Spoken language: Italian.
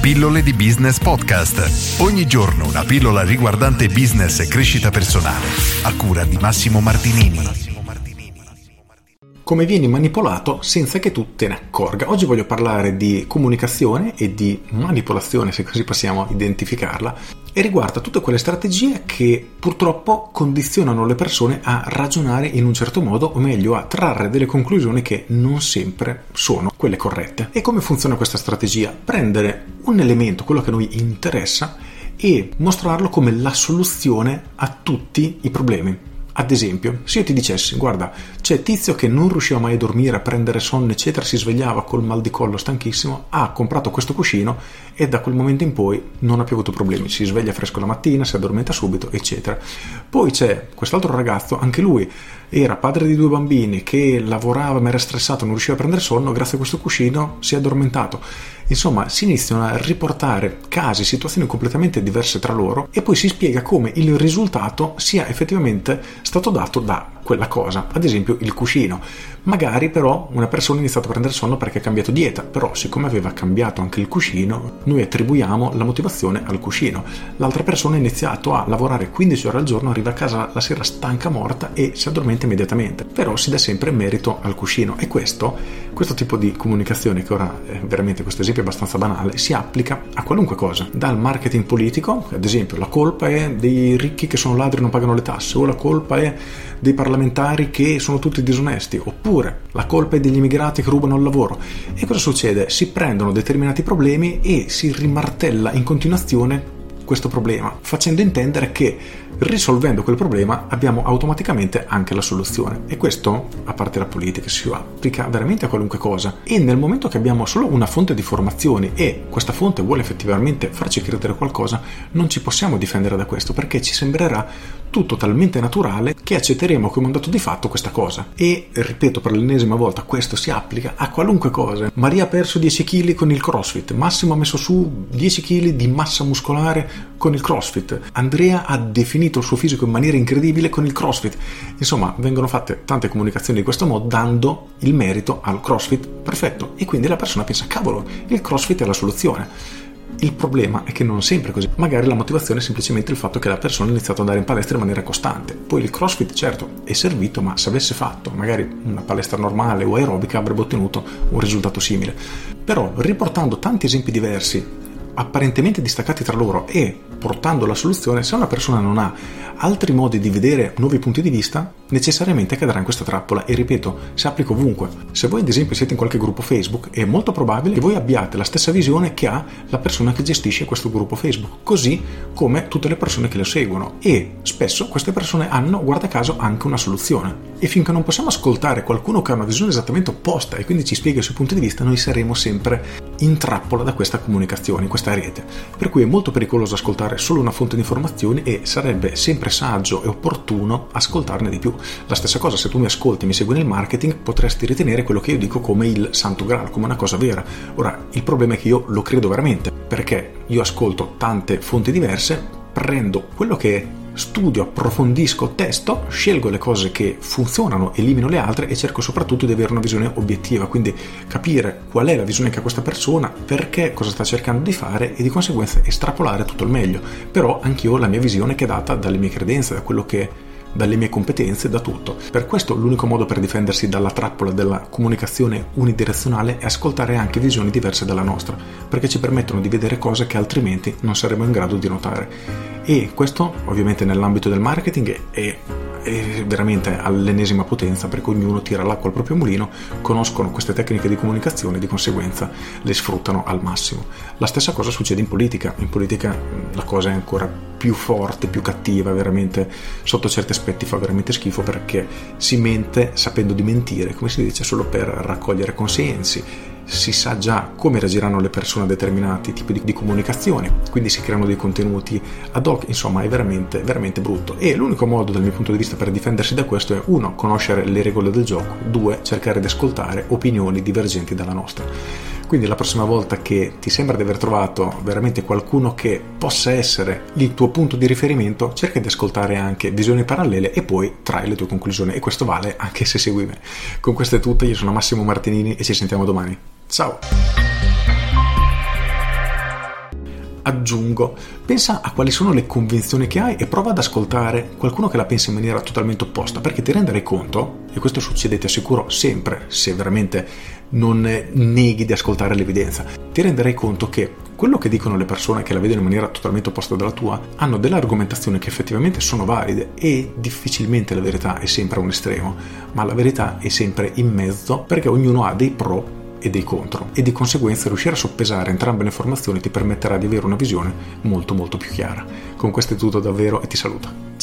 Pillole di Business Podcast. Ogni giorno una pillola riguardante business e crescita personale. A cura di Massimo Martinini. Come vieni manipolato senza che tu te ne accorga. Oggi voglio parlare di comunicazione e di manipolazione, se così possiamo identificarla, e riguarda tutte quelle strategie che purtroppo condizionano le persone a ragionare in un certo modo, o meglio a trarre delle conclusioni che non sempre sono quelle corrette. E come funziona questa strategia? Prendere un elemento, quello che a noi interessa, e mostrarlo come la soluzione a tutti i problemi. Ad esempio, se io ti dicessi, guarda, c'è Tizio che non riusciva mai a dormire, a prendere sonno, eccetera, si svegliava col mal di collo, stanchissimo, ha comprato questo cuscino e da quel momento in poi non ha più avuto problemi, si sveglia fresco la mattina, si addormenta subito, eccetera. Poi c'è quest'altro ragazzo, anche lui era padre di 2 bambini, che lavorava ma era stressato, non riusciva a prendere sonno, grazie a questo cuscino si è addormentato. Insomma, si iniziano a riportare casi, situazioni completamente diverse tra loro e poi si spiega come il risultato sia effettivamente stato dato da quella cosa, ad esempio il cuscino. Magari però una persona ha iniziato a prendere sonno perché ha cambiato dieta, però siccome aveva cambiato anche il cuscino, noi attribuiamo la motivazione al cuscino. L'altra persona ha iniziato a lavorare 15 ore al giorno, arriva a casa la sera stanca, morta e si addormenta immediatamente, però si dà sempre merito al cuscino. E questo tipo di comunicazione, che ora è veramente questo esempio è abbastanza banale, si applica a qualunque cosa, dal marketing politico, ad esempio la colpa è dei ricchi che sono ladri e non pagano le tasse, o la colpa è dei parlamentari che sono tutti disonesti, oppure la colpa è degli immigrati che rubano il lavoro. E cosa succede? Si prendono determinati problemi e si rimartella in continuazione questo problema, facendo intendere che risolvendo quel problema abbiamo automaticamente anche la soluzione. E questo, a parte la politica, si applica veramente a qualunque cosa. E nel momento che abbiamo solo una fonte di informazioni e questa fonte vuole effettivamente farci credere qualcosa, non ci possiamo difendere da questo, perché ci sembrerà tutto talmente naturale che accetteremo come un dato di fatto questa cosa. E ripeto per l'ennesima volta, questo si applica a qualunque cosa. Maria ha perso 10 kg con il CrossFit, Massimo ha messo su 10 kg di massa muscolare con il CrossFit, Andrea ha definito il suo fisico in maniera incredibile con il CrossFit. Insomma, vengono fatte tante comunicazioni di questo modo, dando il merito al CrossFit perfetto, e quindi la persona pensa, cavolo, il CrossFit è la soluzione. Il problema è che non sempre è così. Magari la motivazione è semplicemente il fatto che la persona ha iniziato ad andare in palestra in maniera costante. Poi il CrossFit, certo, è servito, ma se avesse fatto magari una palestra normale o aerobica avrebbe ottenuto un risultato simile. Però, riportando tanti esempi diversi, apparentemente distaccati tra loro, e portando la soluzione, se una persona non ha altri modi di vedere nuovi punti di vista, necessariamente cadrà in questa trappola. E ripeto, si applica ovunque. Se voi ad esempio siete in qualche gruppo Facebook, è molto probabile che voi abbiate la stessa visione che ha la persona che gestisce questo gruppo Facebook, così come tutte le persone che lo seguono, e spesso queste persone hanno, guarda caso, anche una soluzione. E finché non possiamo ascoltare qualcuno che ha una visione esattamente opposta e quindi ci spiega i suoi punti di vista, noi saremo sempre in trappola da questa comunicazione, in questa rete. Per cui è molto pericoloso ascoltare solo una fonte di informazioni, e sarebbe sempre saggio e opportuno ascoltarne di più. La stessa cosa, se tu mi ascolti e mi segui nel marketing, potresti ritenere quello che io dico come il santo graal, come una cosa vera. Ora, il problema è che io lo credo veramente, perché io ascolto tante fonti diverse, prendo quello che studio, approfondisco, testo, scelgo le cose che funzionano, elimino le altre e cerco soprattutto di avere una visione obiettiva, quindi capire qual è la visione che ha questa persona, perché, cosa sta cercando di fare, e di conseguenza estrapolare tutto il meglio. Però anch'io ho la mia visione, che è data dalle mie credenze, da quello che, dalle mie competenze, da tutto. Per questo l'unico modo per difendersi dalla trappola della comunicazione unidirezionale è ascoltare anche visioni diverse dalla nostra, perché ci permettono di vedere cose che altrimenti non saremmo in grado di notare. E questo ovviamente nell'ambito del marketing è veramente all'ennesima potenza, perché ognuno tira l'acqua al proprio mulino, conoscono queste tecniche di comunicazione e di conseguenza le sfruttano al massimo. La stessa cosa succede in politica. In politica la cosa è ancora più forte, più cattiva, veramente sotto certi aspetti fa veramente schifo, perché si mente sapendo di mentire, come si dice, solo per raccogliere consensi. Si sa già come reagiranno le persone a determinati tipi di comunicazione, quindi si creano dei contenuti ad hoc. Insomma, è veramente, veramente brutto. E l'unico modo, dal mio punto di vista, per difendersi da questo è: 1. Conoscere le regole del gioco, 2. Cercare di ascoltare opinioni divergenti dalla nostra. Quindi la prossima volta che ti sembra di aver trovato veramente qualcuno che possa essere il tuo punto di riferimento, cerca di ascoltare anche visioni parallele e poi trai le tue conclusioni. E questo vale anche se segui me. Con questo è tutto, io sono Massimo Martinini e ci sentiamo domani. Ciao! aggiungo, pensa a quali sono le convinzioni che hai e prova ad ascoltare qualcuno che la pensa in maniera totalmente opposta, perché ti renderai conto, e questo succede ti assicuro sempre, se veramente non neghi di ascoltare l'evidenza, ti renderai conto che quello che dicono le persone che la vedono in maniera totalmente opposta dalla tua hanno delle argomentazioni che effettivamente sono valide, e difficilmente la verità è sempre a un estremo, ma la verità è sempre in mezzo, perché ognuno ha dei pro e dei contro, e di conseguenza riuscire a soppesare entrambe le informazioni ti permetterà di avere una visione molto più chiara. Con questo è tutto davvero, e ti saluto.